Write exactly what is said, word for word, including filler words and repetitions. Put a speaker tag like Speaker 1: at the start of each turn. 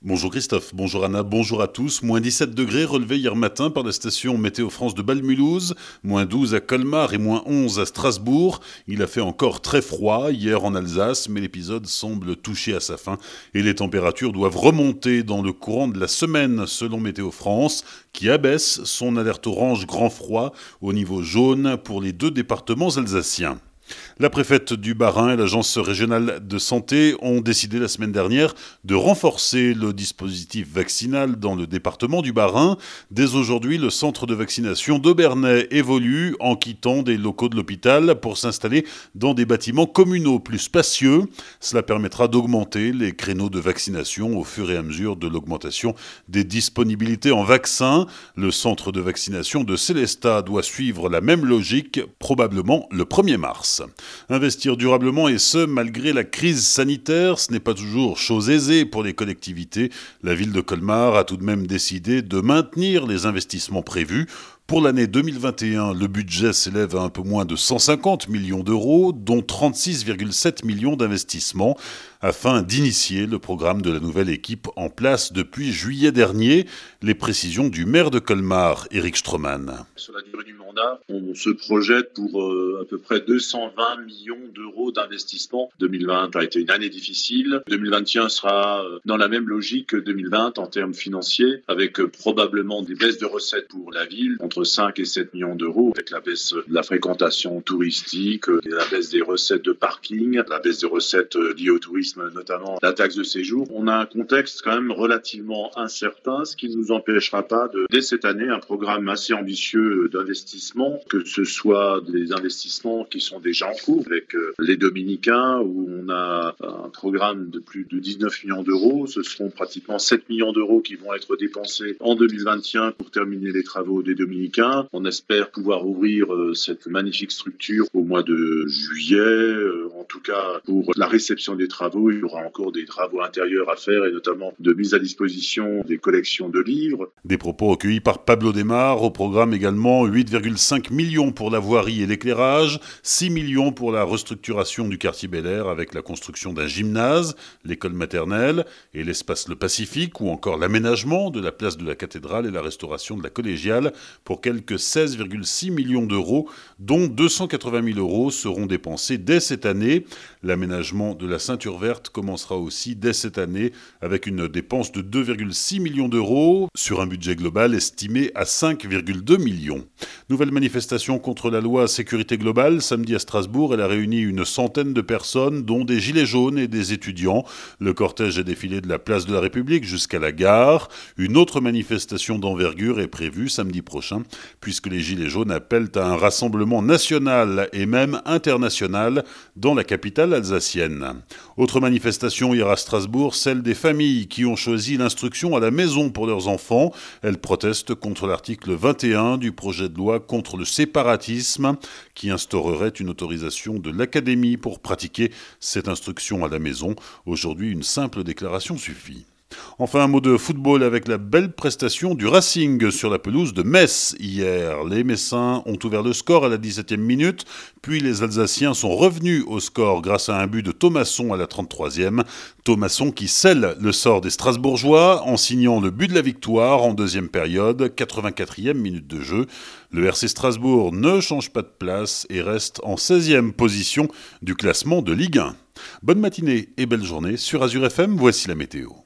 Speaker 1: Bonjour Christophe, bonjour Anna, bonjour à tous. Moins dix-sept degrés relevés hier matin par la station Météo France de Bâle-Mulhouse, moins douze à Colmar et moins onze à Strasbourg. Il a fait encore très froid hier en Alsace, mais l'épisode semble toucher à sa fin et les températures doivent remonter dans le courant de la semaine selon Météo France, qui abaisse son alerte orange grand froid au niveau jaune pour les deux départements alsaciens. La préfète du Bas-Rhin et l'agence régionale de santé ont décidé la semaine dernière de renforcer le dispositif vaccinal dans le département du Bas-Rhin. Dès aujourd'hui, le centre de vaccination d'Obernai évolue en quittant des locaux de l'hôpital pour s'installer dans des bâtiments communaux plus spacieux. Cela permettra d'augmenter les créneaux de vaccination au fur et à mesure de l'augmentation des disponibilités en vaccins. Le centre de vaccination de Sélestat doit suivre la même logique, probablement le premier mars. Investir durablement et ce, malgré la crise sanitaire, ce n'est pas toujours chose aisée pour les collectivités. La ville de Colmar a tout de même décidé de maintenir les investissements prévus. Pour l'année deux mille vingt et un, le budget s'élève à un peu moins de cent cinquante millions d'euros, dont trente-six virgule sept millions d'investissements, afin d'initier le programme de la nouvelle équipe en place depuis juillet dernier. Les précisions du maire de Colmar, Éric Stroman.
Speaker 2: Sur la durée du mandat, on se projette pour euh, à peu près deux cent vingt millions d'euros d'investissement. deux mille vingt a été une année difficile. deux mille vingt et un sera dans la même logique que deux mille vingt en termes financiers, avec euh, probablement des baisses de recettes pour la ville, entre cinq et sept millions d'euros, avec la baisse de la fréquentation touristique, la baisse des recettes de parking, la baisse des recettes liées au tourisme, notamment la taxe de séjour. On a un contexte quand même relativement incertain, ce qui ne nous empêchera pas de, dès cette année, un programme assez ambitieux d'investissement, que ce soit des investissements qui sont déjà en cours, avec les Dominicains, où on a un programme de plus de dix-neuf millions d'euros. Ce seront pratiquement sept millions d'euros qui vont être dépensés en deux mille vingt et un pour terminer les travaux des Dominicains. On espère pouvoir ouvrir cette magnifique structure au mois de juillet. En tout cas, pour la réception des travaux, il y aura encore des travaux intérieurs à faire et notamment de mise à disposition des collections de livres.
Speaker 1: Des propos recueillis par Pablo Desmar. Au programme également huit virgule cinq millions pour la voirie et l'éclairage, six millions pour la restructuration du quartier Bel Air avec la construction d'un gymnase, l'école maternelle et l'espace Le Pacifique, ou encore l'aménagement de la place de la cathédrale et la restauration de la collégiale pour quelques seize virgule six millions d'euros, dont deux cent quatre-vingt mille euros seront dépensés dès cette année. L'aménagement de la ceinture verte commencera aussi dès cette année avec une dépense de deux virgule six millions d'euros sur un budget global estimé à cinq virgule deux millions. Nouvelle manifestation contre la loi sécurité globale. Samedi à Strasbourg, elle a réuni une centaine de personnes, dont des gilets jaunes et des étudiants. Le cortège a défilé de la place de la République jusqu'à la gare. Une autre manifestation d'envergure est prévue samedi prochain, puisque les Gilets jaunes appellent à un rassemblement national et même international dans la capitale alsacienne. Autre manifestation hier à Strasbourg, celle des familles qui ont choisi l'instruction à la maison pour leurs enfants. Elles protestent contre l'article vingt et un du projet de loi contre le séparatisme, qui instaurerait une autorisation de l'académie pour pratiquer cette instruction à la maison. Aujourd'hui, une simple déclaration suffit. Enfin, un mot de football avec la belle prestation du Racing sur la pelouse de Metz hier. Les Messins ont ouvert le score à la dix-septième minute, puis les Alsaciens sont revenus au score grâce à un but de Thomasson à la trente-troisième. Thomasson qui scelle le sort des Strasbourgeois en signant le but de la victoire en deuxième période, quatre-vingt-quatrième minute de jeu. Le R C Strasbourg ne change pas de place et reste en seizième position du classement de Ligue un. Bonne matinée et belle journée sur Azure F M, voici la météo.